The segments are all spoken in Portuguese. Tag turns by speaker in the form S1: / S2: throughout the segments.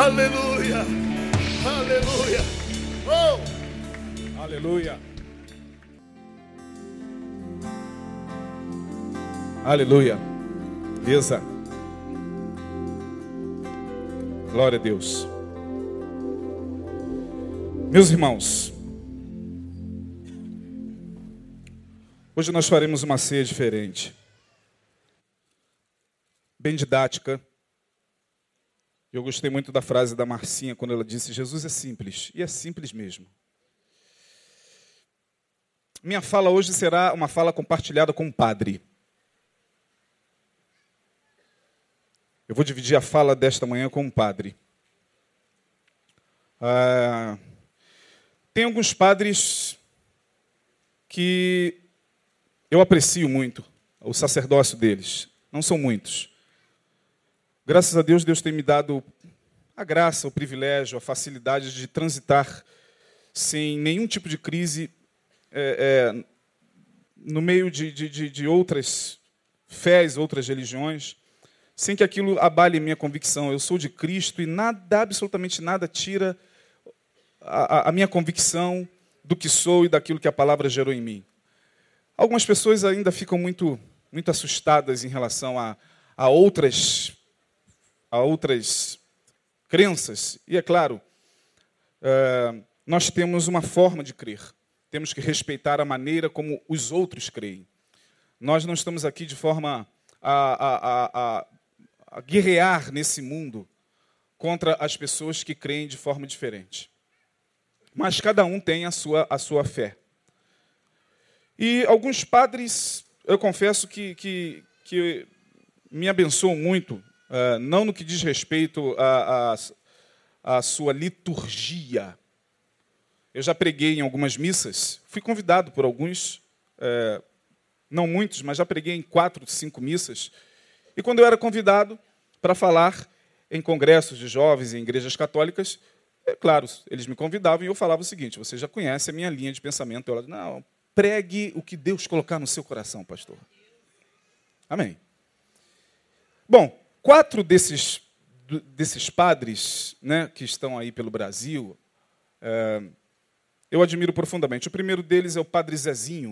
S1: Aleluia. Aleluia. Oh.
S2: Aleluia. Aleluia. Beleza. Glória a Deus. Meus irmãos, hoje nós faremos uma ceia diferente, bem didática. Eu gostei muito da frase da Marcinha quando ela disse: Jesus é simples, e é simples mesmo. Minha fala hoje será uma fala compartilhada com um padre. Eu vou dividir a fala desta manhã com um padre. Tem alguns padres que eu aprecio muito, o sacerdócio deles. Não são muitos. Graças a Deus, Deus tem me dado a graça, o privilégio, a facilidade de transitar sem nenhum tipo de crise no meio de outras fés, outras religiões, sem que aquilo abale minha convicção. Eu sou de Cristo e nada, absolutamente nada, tira a minha convicção do que sou e daquilo que a palavra gerou em mim. Algumas pessoas ainda ficam muito assustadas em relação a outras crenças. E é claro, nós temos uma forma de crer. Temos que respeitar a maneira como os outros creem. Nós não estamos aqui de forma a guerrear nesse mundo contra as pessoas que creem de forma diferente. Mas cada um tem a sua fé. E alguns padres, eu confesso que me abençoam muito, não no que diz respeito à sua liturgia. Eu já preguei em algumas missas, fui convidado por alguns, não muitos, mas já preguei em 4, 5 missas. E quando eu era convidado para falar em congressos de jovens em igrejas católicas, é claro, eles me convidavam e eu falava o seguinte: você já conhece a minha linha de pensamento. Eu falava: não, pregue o que Deus colocar no seu coração, pastor. Amém. Bom, 4 desses padres, né, que estão aí pelo Brasil, eu admiro profundamente. O primeiro deles é o Padre Zezinho.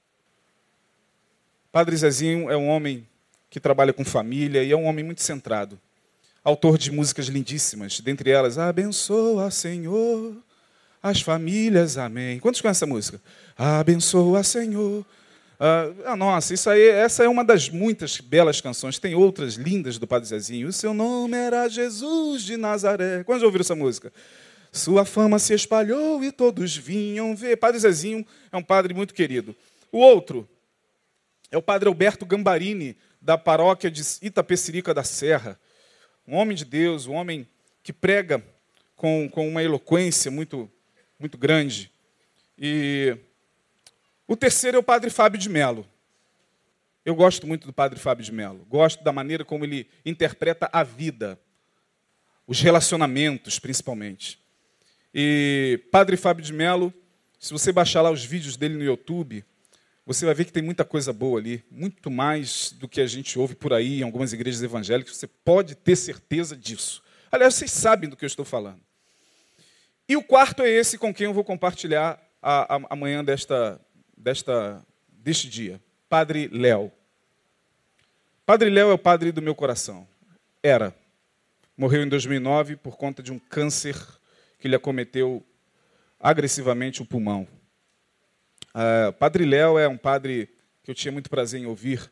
S2: Padre Zezinho é um homem que trabalha com família e é um homem muito centrado. Autor de músicas lindíssimas, dentre elas: Abençoa, Senhor, as famílias, amém. Quantos conhecem essa música? Abençoa, Senhor. Nossa, essa é uma das muitas belas canções. Tem outras lindas do Padre Zezinho. O seu nome era Jesus de Nazaré. Quantos já ouviram essa música? Sua fama se espalhou e todos vinham ver. Padre Zezinho é um padre muito querido. O outro é o Padre Alberto Gambarini, da paróquia de Itapecerica da Serra. Um homem de Deus, um homem que prega com uma eloquência muito, muito grande. E o terceiro é o Padre Fábio de Mello. Eu gosto muito do Padre Fábio de Mello. Gosto da maneira como ele interpreta a vida, os relacionamentos, principalmente. E Padre Fábio de Mello, se você baixar lá os vídeos dele no YouTube, você vai ver que tem muita coisa boa ali, muito mais do que a gente ouve por aí em algumas igrejas evangélicas. Você pode ter certeza disso. Aliás, vocês sabem do que eu estou falando. E o quarto é esse com quem eu vou compartilhar amanhã deste dia. Padre Léo. Padre Léo é o padre do meu coração. Era. Morreu em 2009 por conta de um câncer que lhe acometeu agressivamente o pulmão. Padre Léo é um padre que eu tinha muito prazer em ouvir.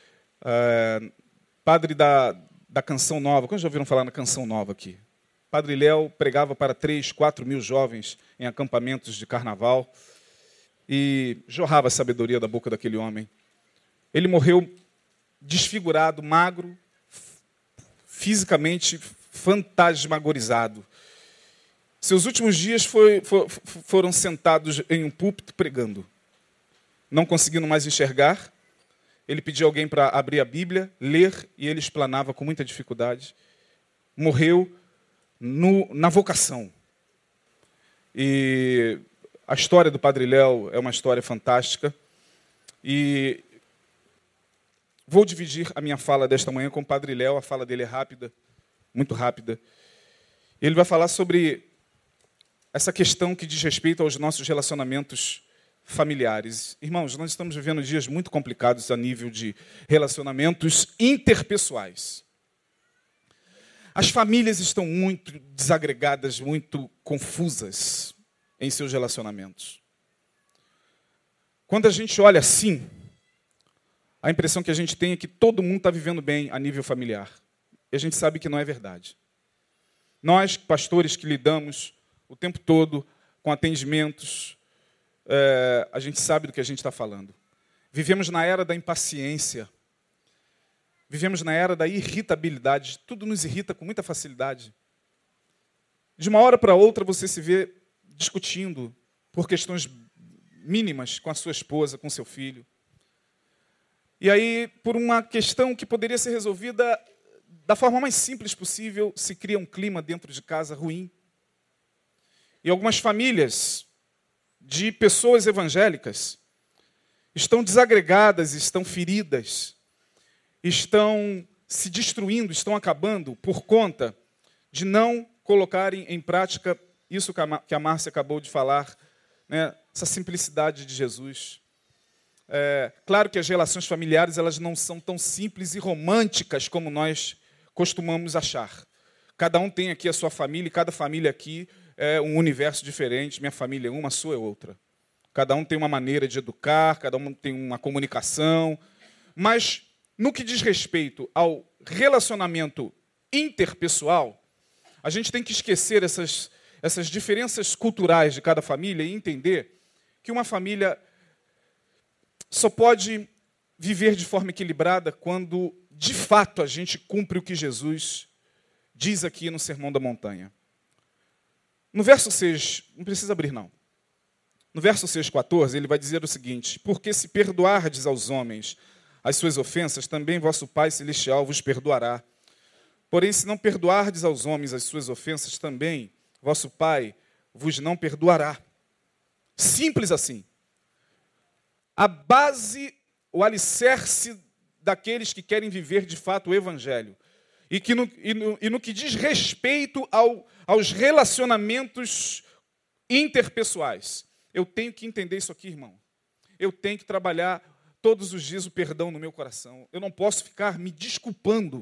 S2: Padre da Canção Nova. Quantos já ouviram falar na Canção Nova aqui? Padre Léo pregava para 3, 4 mil jovens em acampamentos de carnaval e jorrava a sabedoria da boca daquele homem. Ele morreu desfigurado, magro, fisicamente fantasmagorizado. Seus últimos dias foram sentados em um púlpito pregando. Não conseguindo mais enxergar, ele pediu alguém para abrir a Bíblia, ler, e ele explanava com muita dificuldade. Morreu na vocação. E a história do Padre Léo é uma história fantástica. E vou dividir a minha fala desta manhã com o Padre Léo. A fala dele é rápida, muito rápida. Ele vai falar sobre essa questão que diz respeito aos nossos relacionamentos familiares. Irmãos, nós estamos vivendo dias muito complicados a nível de relacionamentos interpessoais. As famílias estão muito desagregadas, muito confusas em seus relacionamentos. Quando a gente olha assim, a impressão que a gente tem é que todo mundo está vivendo bem a nível familiar. E a gente sabe que não é verdade. Nós, pastores que lidamos o tempo todo com atendimentos, a gente sabe do que a gente está falando. Vivemos na era da impaciência. Vivemos na era da irritabilidade. Tudo nos irrita com muita facilidade. De uma hora para outra você se vê discutindo por questões mínimas com a sua esposa, com seu filho. E aí, por uma questão que poderia ser resolvida da forma mais simples possível, se cria um clima dentro de casa ruim. E algumas famílias de pessoas evangélicas estão desagregadas, estão feridas, estão se destruindo, estão acabando por conta de não colocarem em prática isso que a Márcia acabou de falar, né? Essa simplicidade de Jesus. Claro que as relações familiares elas não são tão simples e românticas como nós costumamos achar. Cada um tem aqui a sua família, e cada família aqui é um universo diferente. Minha família é uma, a sua é outra. Cada um tem uma maneira de educar, cada um tem uma comunicação. Mas, no que diz respeito ao relacionamento interpessoal, a gente tem que esquecer essas diferenças culturais de cada família e entender que uma família só pode viver de forma equilibrada quando, de fato, a gente cumpre o que Jesus diz aqui no Sermão da Montanha. No verso 6, não precisa abrir não. No verso 6,14, ele vai dizer o seguinte: porque se perdoardes aos homens as suas ofensas, também vosso Pai Celestial vos perdoará. Porém, se não perdoardes aos homens as suas ofensas, também vosso Pai vos não perdoará. Simples assim. A base, o alicerce daqueles que querem viver de fato o Evangelho. E no que diz respeito aos relacionamentos interpessoais. Eu tenho que entender isso aqui, irmão. Eu tenho que trabalhar todos os dias o perdão no meu coração. Eu não posso ficar me desculpando.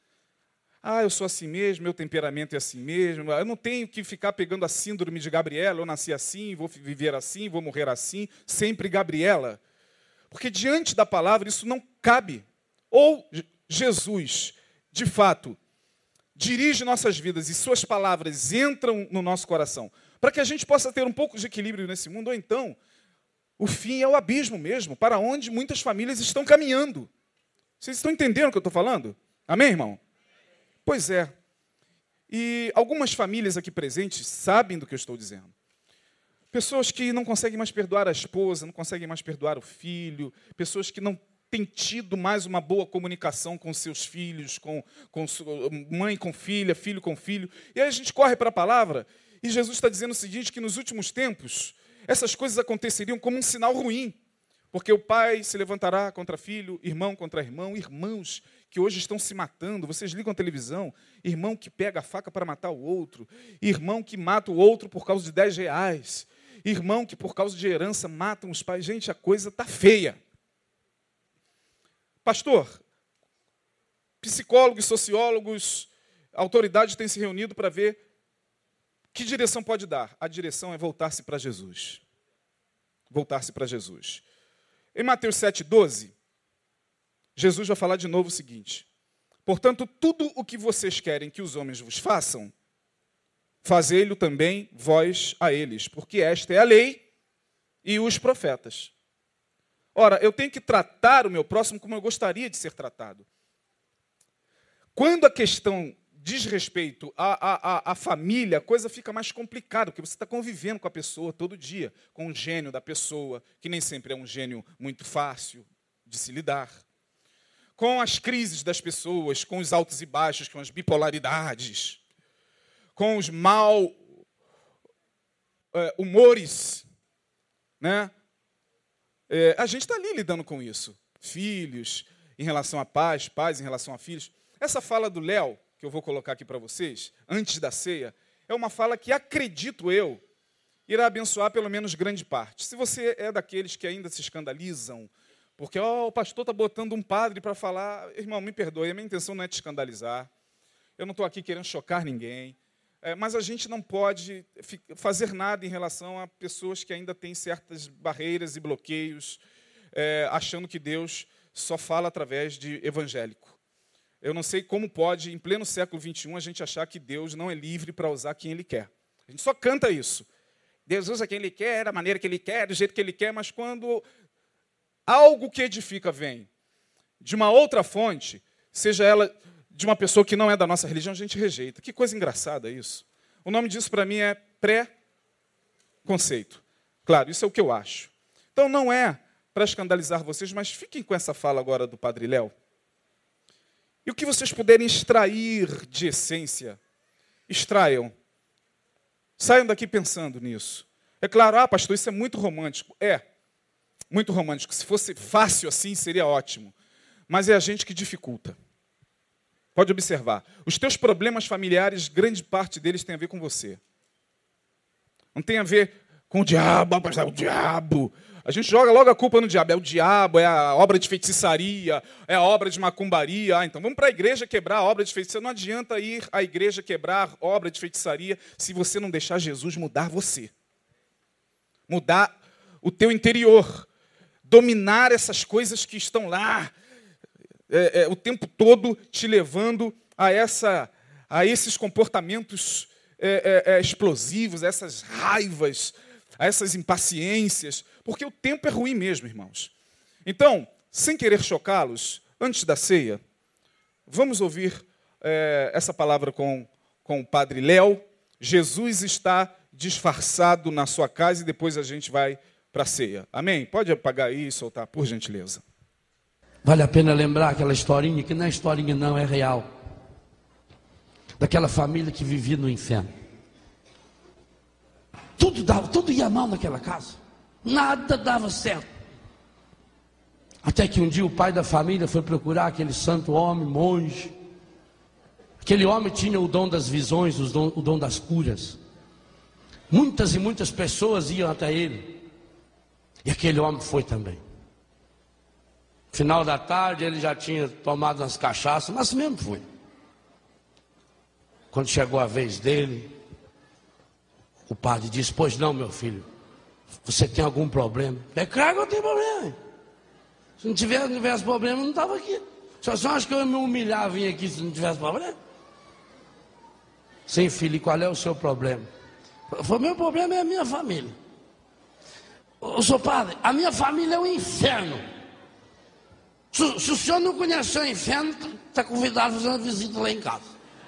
S2: Eu sou assim mesmo, meu temperamento é assim mesmo. Eu não tenho que ficar pegando a síndrome de Gabriela. Eu nasci assim, vou viver assim, vou morrer assim. Sempre Gabriela. Porque diante da palavra isso não cabe. Ou Jesus, de fato, dirige nossas vidas e suas palavras entram no nosso coração, para que a gente possa ter um pouco de equilíbrio nesse mundo, ou então, o fim é o abismo mesmo, para onde muitas famílias estão caminhando. Vocês estão entendendo o que eu estou falando? Amém, irmão? Pois é. E algumas famílias aqui presentes sabem do que eu estou dizendo. Pessoas que não conseguem mais perdoar a esposa, não conseguem mais perdoar o filho, pessoas que não têm tido mais uma boa comunicação com seus filhos, com mãe com filha, filho com filho. E aí a gente corre para a palavra, e Jesus está dizendo o seguinte, que nos últimos tempos, essas coisas aconteceriam como um sinal ruim, porque o pai se levantará contra filho, irmão contra irmão, irmãos que hoje estão se matando, vocês ligam a televisão, irmão que pega a faca para matar o outro, irmão que mata o outro por causa de 10 reais, irmão que por causa de herança matam os pais. Gente, a coisa está feia. Pastor, psicólogos, sociólogos, autoridades têm se reunido para ver que direção pode dar. A direção é voltar-se para Jesus. Voltar-se para Jesus. Em Mateus 7,12, Jesus vai falar de novo o seguinte: portanto, tudo o que vocês querem que os homens vos façam, fazei-lo também vós a eles, porque esta é a lei e os profetas. Ora, eu tenho que tratar o meu próximo como eu gostaria de ser tratado. Quando a questão diz respeito à família, a coisa fica mais complicada, porque você está convivendo com a pessoa todo dia, com o gênio da pessoa, que nem sempre é um gênio muito fácil de se lidar, com as crises das pessoas, com os altos e baixos, com as bipolaridades, com os humores, né? A gente está ali lidando com isso. Filhos em relação a pais, pais em relação a filhos. Essa fala do Léo, que eu vou colocar aqui para vocês, antes da ceia, é uma fala que, acredito eu, irá abençoar pelo menos grande parte. Se você é daqueles que ainda se escandalizam, porque o pastor está botando um padre para falar, irmão, me perdoe, a minha intenção não é te escandalizar, eu não estou aqui querendo chocar ninguém, mas a gente não pode fazer nada em relação a pessoas que ainda têm certas barreiras e bloqueios, achando que Deus só fala através de evangélico. Eu não sei como pode, em pleno século XXI, a gente achar que Deus não é livre para usar quem Ele quer. A gente só canta isso. Deus usa quem Ele quer, da maneira que Ele quer, do jeito que Ele quer, mas quando algo que edifica vem de uma outra fonte, seja ela de uma pessoa que não é da nossa religião, a gente rejeita. Que coisa engraçada isso. O nome disso para mim é pré-conceito. Claro, isso é o que eu acho. Então não é para escandalizar vocês, mas fiquem com essa fala agora do Padre Léo. E o que vocês puderem extrair de essência, extraiam. Saiam daqui pensando nisso. É claro, pastor, isso é muito romântico. É, muito romântico. Se fosse fácil assim, seria ótimo. Mas é a gente que dificulta. Pode observar. Os teus problemas familiares, grande parte deles tem a ver com você. Não tem a ver com o diabo, pastor, o diabo. A gente joga logo a culpa no diabo. É o diabo, é a obra de feitiçaria, é a obra de macumbaria. Então vamos para a igreja quebrar a obra de feitiçaria. Não adianta ir à igreja quebrar a obra de feitiçaria se você não deixar Jesus mudar você. Mudar o teu interior. Dominar essas coisas que estão lá o tempo todo te levando a esses comportamentos explosivos, a essas raivas, a essas impaciências, porque o tempo é ruim mesmo, irmãos. Então, sem querer chocá-los, antes da ceia, vamos ouvir essa palavra com o Padre Léo. Jesus está disfarçado na sua casa e depois a gente vai para a ceia. Amém? Pode apagar aí e soltar, por gentileza.
S3: Vale a pena lembrar aquela historinha, que não é historinha não, é real. Daquela família que vivia no inferno. Tudo ia mal naquela casa. Nada dava certo. Até que um dia o pai da família foi procurar aquele santo homem, monge. Aquele homem tinha o dom das visões, o dom das curas. Muitas e muitas pessoas iam até ele. E aquele homem foi também. Final da tarde ele já tinha tomado umas cachaças, mas mesmo foi. Quando chegou a vez dele, o padre disse: pois não, meu filho, você tem algum problema? É claro que eu tenho problema. Se não tivesse problema, eu não estava aqui. Só acha que eu ia me humilhar vir aqui se não tivesse problema? Sim, filho, e qual é o seu problema? O meu problema é a minha família. Ô senhor padre, a minha família é um inferno. Se o senhor não conheceu o inferno, está convidado a fazer uma visita lá em casa.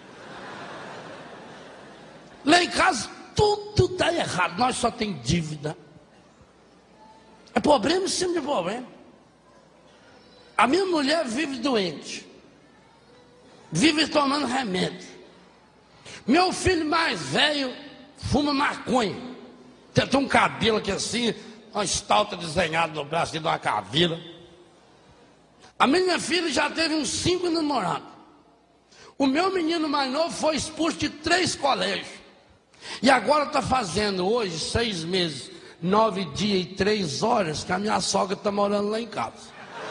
S3: Lá em casa tudo está errado, nós só tem dívida. É problema em cima de problema. A minha mulher vive doente, vive tomando remédio. Meu filho mais velho fuma maconha. Tem um cabelo aqui assim, uma estalta desenhada no braço de uma caveira. A minha filha já teve uns 5 namorados. O meu menino mais novo foi expulso de 3 colégios. E agora está fazendo hoje 6 meses, 9 dias e 3 horas que a minha sogra está morando lá em casa.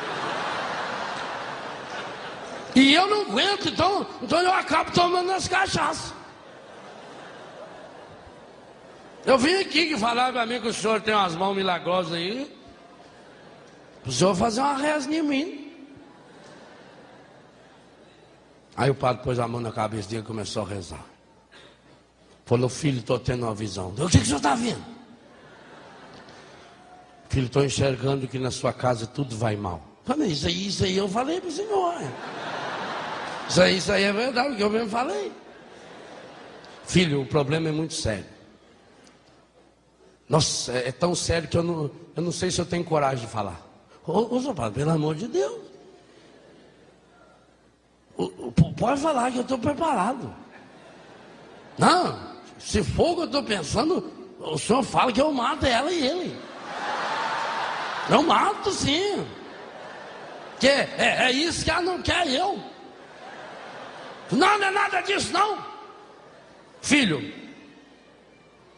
S3: E eu não aguento, então eu acabo tomando as cachaças. Eu vim aqui que falar para mim que o senhor tem umas mãos milagrosas aí. O senhor fazer uma rezinha em mim. Aí o padre pôs a mão na cabeça dele e começou a rezar. Falou: filho, estou tendo uma visão. O que o senhor está vendo? Filho, estou enxergando que na sua casa tudo vai mal. Falei: isso aí eu falei para o senhor. Isso aí é verdade, o que eu mesmo falei. Filho, o problema é muito sério. Nossa, é tão sério que eu não sei se eu tenho coragem de falar. Ô senhor padre, pelo amor de Deus. Pode falar que eu estou preparado. Não, se for o que eu estou pensando, o senhor fala que eu mato ela e ele. Eu mato sim. Que é isso que ela não quer eu. Não é nada disso não. Filho,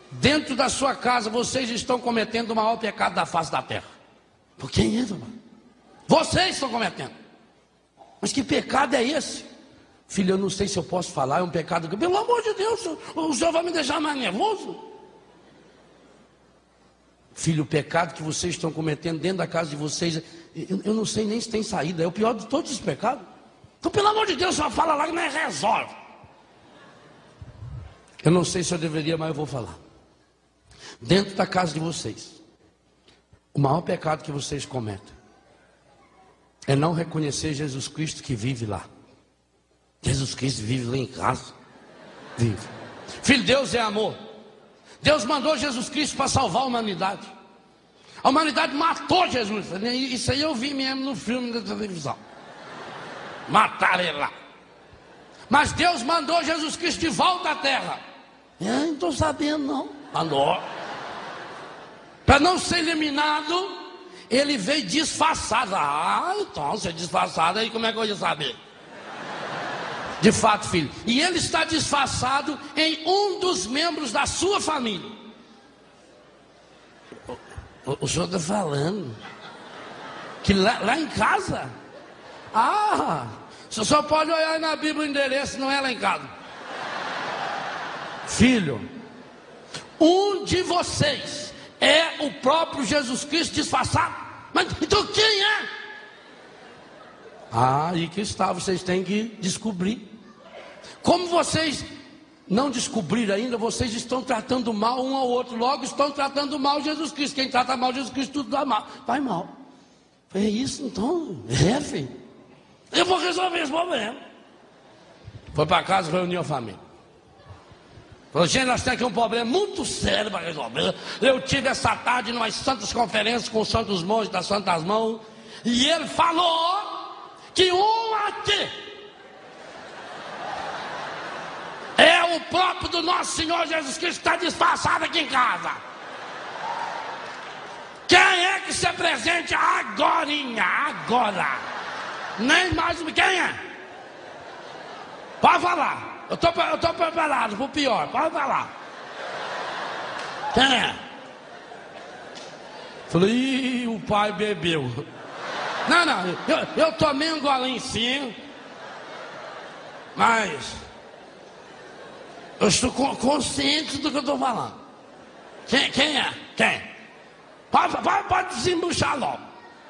S3: Dentro da sua casa, vocês estão cometendo o maior pecado da face da terra. Por quem é, irmão? Vocês estão cometendo. Mas que pecado é esse? Filho, eu não sei se eu posso falar, é um pecado. Pelo amor de Deus, o senhor vai me deixar mais nervoso? Filho, o pecado que vocês estão cometendo dentro da casa de vocês, eu não sei nem se tem saída, é o pior de todos os pecados. Então, pelo amor de Deus, só fala lá que não resolve. Eu não sei se eu deveria, mas eu vou falar. Dentro da casa de vocês, o maior pecado que vocês cometem é não reconhecer Jesus Cristo que vive lá. Jesus Cristo vive lá em casa. Vive. Filho, Deus é amor. Deus mandou Jesus Cristo para salvar a humanidade. A humanidade matou Jesus. Isso aí eu vi mesmo no filme da televisão. Mataram ele lá. Mas Deus mandou Jesus Cristo de volta à terra. Eu não estou sabendo não. Mandou. Para não ser eliminado, ele veio disfarçado. Ah, então, se é disfarçado, aí como é que eu ia saber? De fato, filho. E ele está disfarçado em um dos membros da sua família. O senhor está falando que lá em casa? Ah, o senhor pode olhar na Bíblia o endereço, não é lá em casa. Filho, um de vocês é o próprio Jesus Cristo disfarçado. Mas então quem é? Ah, aí que está, vocês têm que descobrir. Como vocês não descobriram ainda, vocês estão tratando mal um ao outro. Logo estão tratando mal Jesus Cristo. Quem trata mal Jesus Cristo, tudo dá mal. Vai mal. É isso então? É, filho. Eu vou resolver esse problema. Foi para casa, reuniu a família. Falou, gente, nós temos aqui um problema muito sério para resolver. Eu tive essa tarde em umas santas conferências com os santos monges das Santas Mãos. E ele falou que um aqui é o próprio do nosso Senhor Jesus Cristo que está disfarçado aqui em casa. Quem é que se apresente agorinha, agora? Nem mais, quem é? Pode falar. Eu estou preparado para o pior, pode falar. Quem é? Falei, ih, o pai bebeu. Não, eu tomei um golinho sim, mas eu estou consciente do que eu estou falando. Quem é? Quem? Pode desembuchar logo.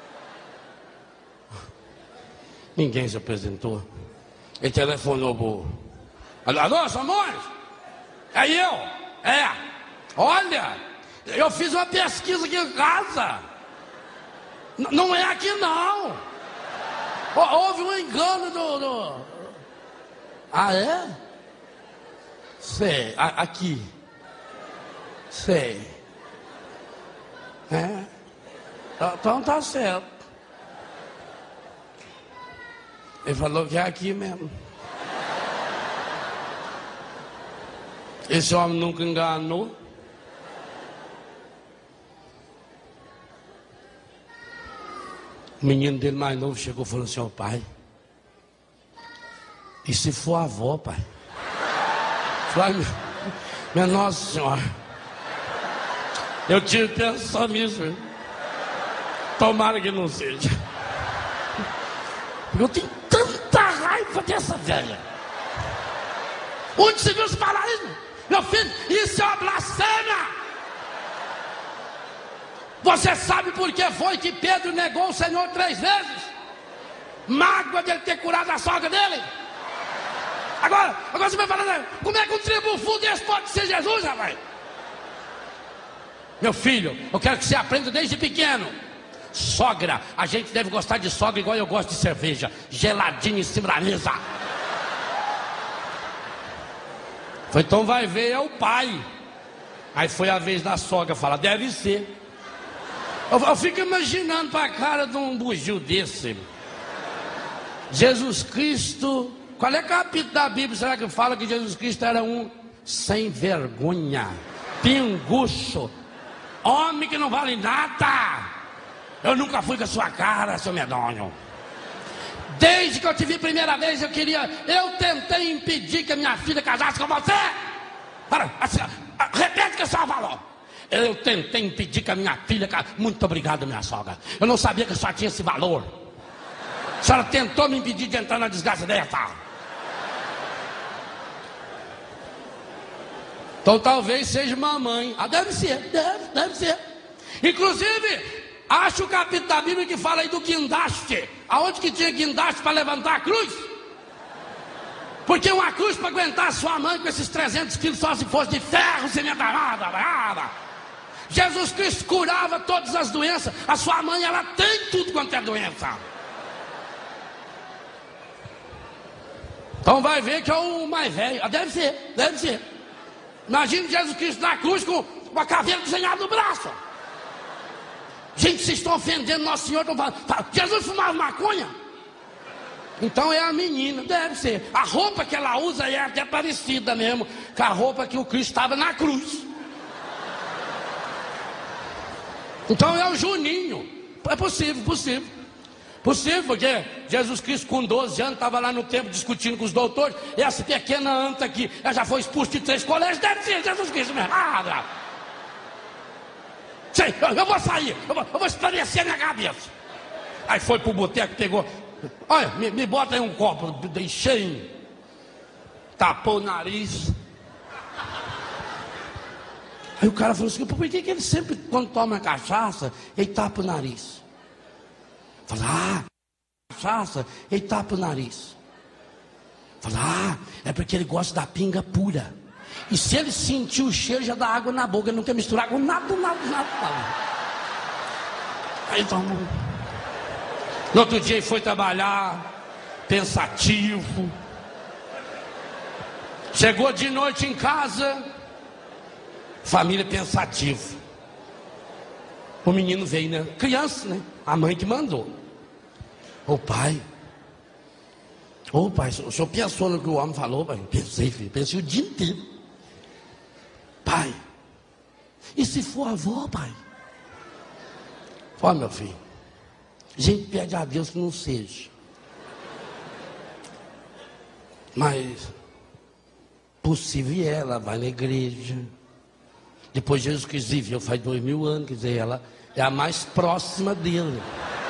S3: Ninguém se apresentou. Ele telefonou pro... Alô, Samões? É eu? É. Olha, eu fiz uma pesquisa aqui em casa. Não é aqui não. Houve um engano do... Ah, é? Sei, aqui. Sei. É. Então tá certo. Ele falou que é aqui mesmo. Esse homem nunca enganou. O menino dele mais novo chegou e falou assim, ó, pai, e se for a avó, pai? Falei, minha Nossa Senhora, eu tive pensado nisso, hein? Tomara que não seja. Eu tenho tanta raiva dessa velha. Onde se viu se falar isso? Meu filho, isso é uma blasfêmia. Você sabe por que foi que Pedro negou o Senhor 3 vezes? Mágoa de ele ter curado a sogra dele. Agora você vai falar, como é que um tribufu desse pode ser Jesus, rapaz? Meu filho, eu quero que você aprenda desde pequeno. Sogra, a gente deve gostar de sogra igual eu gosto de cerveja, geladinho em cima da mesa. Foi, então vai ver, é o pai. Aí foi a vez da sogra falar, deve ser. Eu fico imaginando para a cara de um bugio desse. Jesus Cristo, qual é o capítulo da Bíblia? Será que fala que Jesus Cristo era um sem vergonha, pinguço, homem que não vale nada? Eu nunca fui com a sua cara, seu medonho. Desde que eu te vi a primeira vez, eu tentei impedir que a minha filha casasse com você. Repete o que a senhora falou. Eu tentei impedir que a minha filha... Muito obrigado, minha sogra. Eu não sabia que a senhora tinha esse valor. A senhora tentou me impedir de entrar na desgraça dessa. Então talvez seja mamãe. Deve ser, deve ser. Inclusive, acha o capítulo da Bíblia que fala aí do guindaste. Aonde que tinha guindaste para levantar a cruz? Porque uma cruz para aguentar a sua mãe com esses 300 quilos só se fosse de ferro, cimento nada. Jesus Cristo curava todas as doenças. A sua mãe, ela tem tudo quanto é doença. Então vai ver que é o mais velho. Deve ser. Imagina Jesus Cristo na cruz com uma caveira desenhada no braço. Gente, vocês estão ofendendo Nosso Senhor. Jesus fumava maconha? Então é a menina, deve ser. A roupa que ela usa é até parecida mesmo com a roupa que o Cristo estava na cruz. Então é o Juninho. É possível. Possível, porque Jesus Cristo com 12 anos estava lá no templo discutindo com os doutores. E essa pequena anta aqui, ela já foi expulsa de 3 colégios. Deve ser Jesus Cristo mesmo. Sei, eu vou sair, eu vou esclarecer minha cabeça. Aí foi pro boteco, pegou. Olha, me bota aí um copo, deixei, tapou o nariz. Aí o cara falou assim: por que ele sempre, quando toma cachaça, ele tapa o nariz? Falei: cachaça, ele tapa o nariz. Falei: é porque ele gosta da pinga pura. E se ele sentir o cheiro, já dá água na boca, ele não quer misturar com nada. Aí tomou. No outro dia ele foi trabalhar, pensativo. Chegou de noite em casa, família pensativa. O menino veio, né? Criança, né? A mãe que mandou. Ô pai, o senhor pensou no que o homem falou, pai? Pensei, filho, pensei o dia inteiro. Pai, e se for avó, pai? Ó, meu filho, a gente pede a Deus que não seja. Mas possível e ela vai na igreja. Depois Jesus Cristo viveu faz 2000 anos, quer dizer, ela é a mais próxima dele.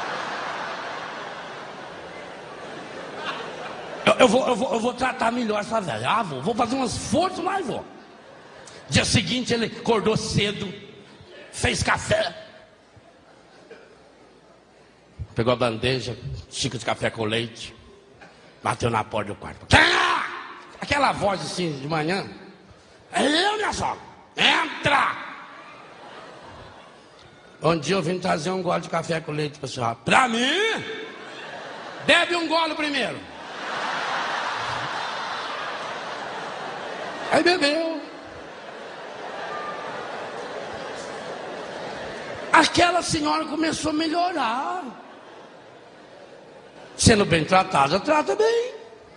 S3: Eu vou tratar melhor essa velha. Vou fazer um esforço, mas vou. Dia seguinte ele acordou cedo, fez café, pegou a bandeja, xícara de café com leite, bateu na porta do quarto. Quem é? Aquela voz assim de manhã. É eu, minha sogra. Entra! Um dia eu vim trazer um gole de café com leite para a senhora. Para mim? Bebe um gole primeiro. Aí bebeu. Aquela senhora começou a melhorar. Sendo bem tratada, trata bem.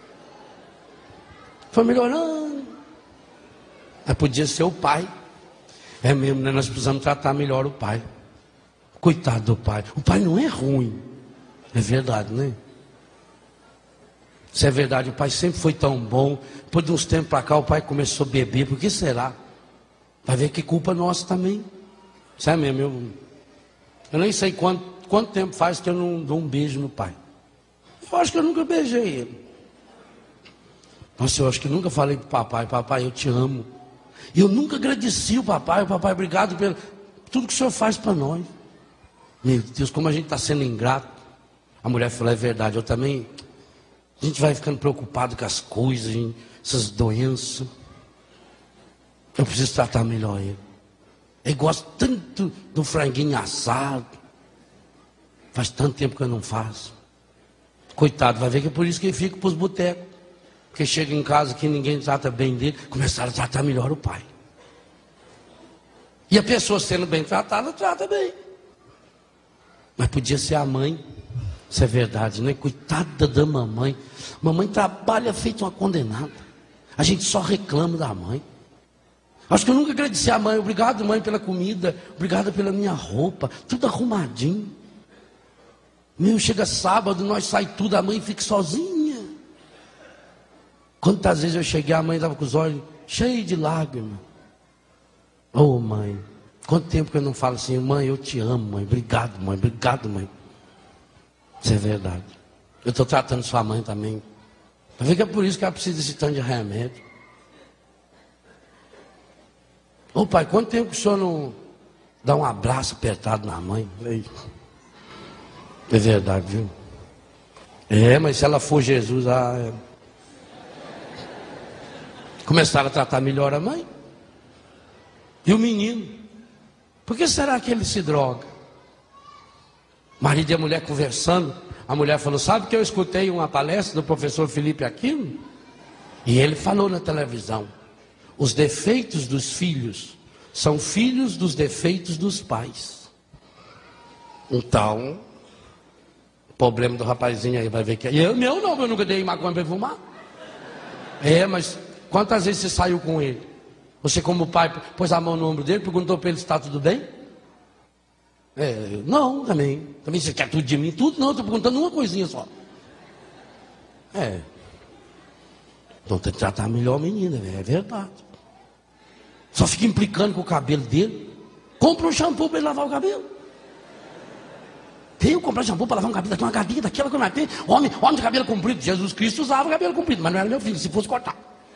S3: Foi melhorando. Mas podia ser o pai. É mesmo, né? Nós precisamos tratar melhor o pai. Coitado do pai. O pai não é ruim. É verdade, né? Se é verdade, o pai sempre foi tão bom. Depois de uns tempos para cá, o pai começou a beber. Por que será? Vai ver que culpa nossa também. Isso é mesmo. Eu nem sei quanto tempo faz que eu não dou um beijo no pai. Eu acho que eu nunca beijei ele. Nossa, eu acho que nunca falei para o papai: papai, eu te amo. E eu nunca agradeci o papai: obrigado pelo tudo que o senhor faz para nós. Meu Deus, como a gente está sendo ingrato. A mulher falou: é verdade, eu também. A gente vai ficando preocupado com as coisas, essas doenças. Eu preciso tratar melhor ele. Ele gosta tanto do franguinho assado. Faz tanto tempo que eu não faço. Coitado, vai ver que é por isso que ele fica para os botecos. Porque chega em casa que ninguém trata bem dele, começaram a tratar melhor o pai. E a pessoa sendo bem tratada, trata bem. Mas podia ser a mãe. Isso é verdade, né? Coitada da mamãe. Mamãe trabalha feito uma condenada. A gente só reclama da mãe. Acho que eu nunca agradeci a mãe. Obrigado, mãe, pela comida. Obrigado pela minha roupa. Tudo arrumadinho. Meu, chega sábado, nós sai tudo, a mãe fica sozinha. Quantas vezes eu cheguei, a mãe estava com os olhos cheios de lágrimas. Ô mãe, quanto tempo que eu não falo assim, mãe, eu te amo, mãe, obrigado, mãe, obrigado, mãe. Isso é verdade. Eu estou tratando sua mãe também. Tá vendo que é por isso que ela precisa desse tanto de remédio. Ô pai, quanto tempo que o senhor não dá um abraço apertado na mãe? É verdade, viu? Mas se ela for Jesus, começaram a tratar melhor a mãe. E o menino? Por que será que ele se droga? Marido e a mulher conversando. A mulher falou, sabe que eu escutei uma palestra do professor Felipe Aquino? E ele falou na televisão, os defeitos dos filhos são filhos dos defeitos dos pais. Então, o problema do rapazinho aí vai ver que... Eu nunca dei maconha para fumar. Mas quantas vezes você saiu com ele? Você como pai pôs a mão no ombro dele, perguntou para ele se está tudo bem? Não, também. Também você quer tudo de mim? Tudo não, estou perguntando uma coisinha só. Então tem que tratar melhor a menina, é verdade. Só fica implicando com o cabelo dele. Compra um shampoo para ele lavar o cabelo. Tem que comprar shampoo para lavar um cabelo, uma galinha daquela que eu não tenho. Homem de cabelo comprido. Jesus Cristo usava cabelo comprido, mas não era meu filho, se fosse cortar.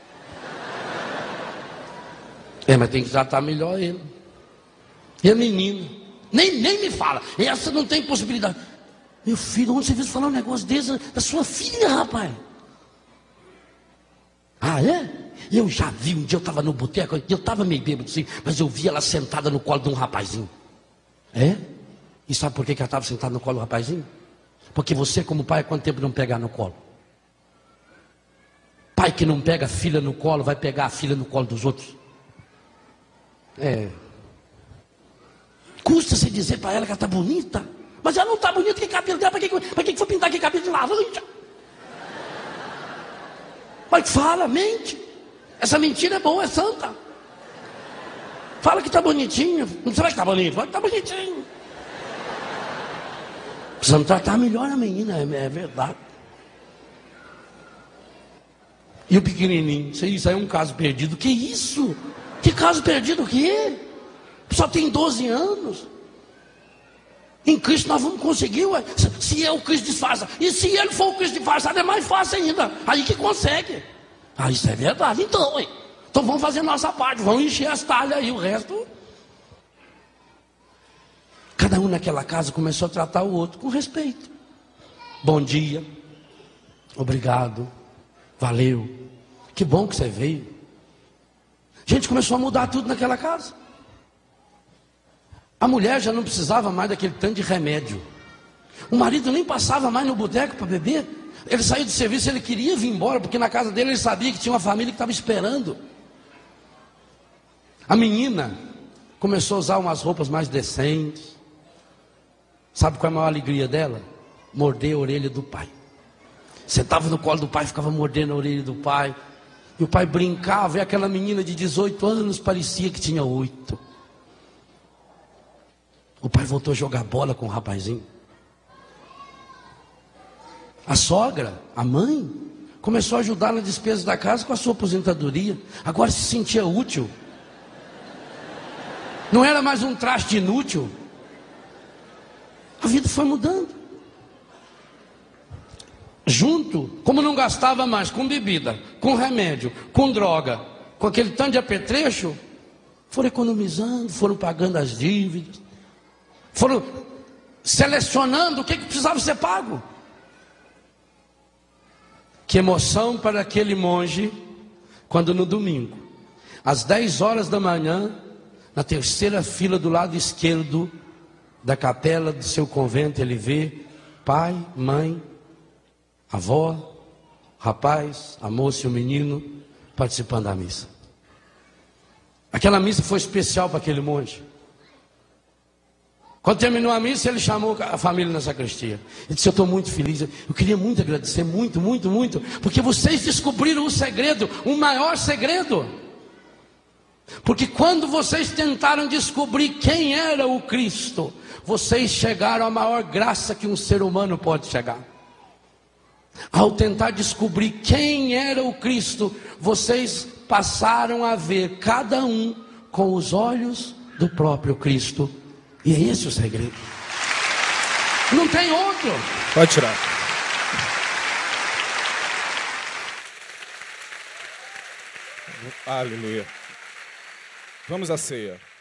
S3: Mas tem que tratar melhor ele. E a menina? Nem me fala. Essa não tem possibilidade. Meu filho, onde você viu falar um negócio desse da sua filha, rapaz? Eu já vi, um dia eu estava no boteco, eu estava meio bêbado assim, mas eu vi ela sentada no colo de um rapazinho. E sabe por que ela estava sentada no colo do rapazinho? Porque você como pai, quanto tempo não pegar no colo? Pai que não pega a filha no colo, vai pegar a filha no colo dos outros. Custa se dizer para ela que ela está bonita. Mas ela não está bonita, que cabelo dela, para que foi pintar aquele cabelo de laranja? Mas fala, mente. Essa mentira é boa, é santa. Fala que está bonitinho. Não será que está bonito? Fala que está bonitinho. Precisamos tratar melhor a menina, é verdade. E o pequenininho, isso aí é um caso perdido. Que isso? Que caso perdido o quê? Só tem 12 anos. Em Cristo nós vamos conseguir, ué. Se é o Cristo disfarça. E se ele for o Cristo disfarçado, é mais fácil ainda. Aí que consegue. Isso é verdade. Então, ué. Então vamos fazer a nossa parte. Vamos encher as talhas aí. O resto... Cada um naquela casa começou a tratar o outro com respeito. Bom dia. Obrigado. Valeu. Que bom que você veio. Gente, começou a mudar tudo naquela casa. A mulher já não precisava mais daquele tanto de remédio. O marido nem passava mais no boteco para beber. Ele saiu do serviço, ele queria vir embora, porque na casa dele ele sabia que tinha uma família que estava esperando. A menina começou a usar umas roupas mais decentes. Sabe qual é a maior alegria dela? Morder a orelha do pai. Sentava no colo do pai, ficava mordendo a orelha do pai. E o pai brincava, e aquela menina de 18 anos parecia que tinha 8. O pai voltou a jogar bola com o rapazinho. A sogra, a mãe, começou a ajudar na despesa da casa com a sua aposentadoria. Agora se sentia útil. Não era mais um traste inútil. A vida foi mudando. Junto, como não gastava mais com bebida, com remédio, com droga, com aquele tanto de apetrecho, foram economizando, foram pagando as dívidas, foram selecionando o que precisava ser pago. Que emoção para aquele monge, quando no domingo, às 10 horas da manhã, na terceira fila do lado esquerdo da capela do seu convento, ele vê pai, mãe, avó, rapaz, a moça e o menino participando da missa. Aquela missa foi especial para aquele monge. Quando terminou a missa, ele chamou a família na sacristia. Ele disse: eu estou muito feliz, eu queria muito agradecer, muito, porque vocês descobriram o segredo, o maior segredo. Porque quando vocês tentaram descobrir quem era o Cristo, vocês chegaram à maior graça que um ser humano pode chegar. Ao tentar descobrir quem era o Cristo, vocês passaram a ver cada um com os olhos do próprio Cristo. E é esse o segredo. Não tem outro.
S2: Pode tirar. Aleluia. Vamos à ceia.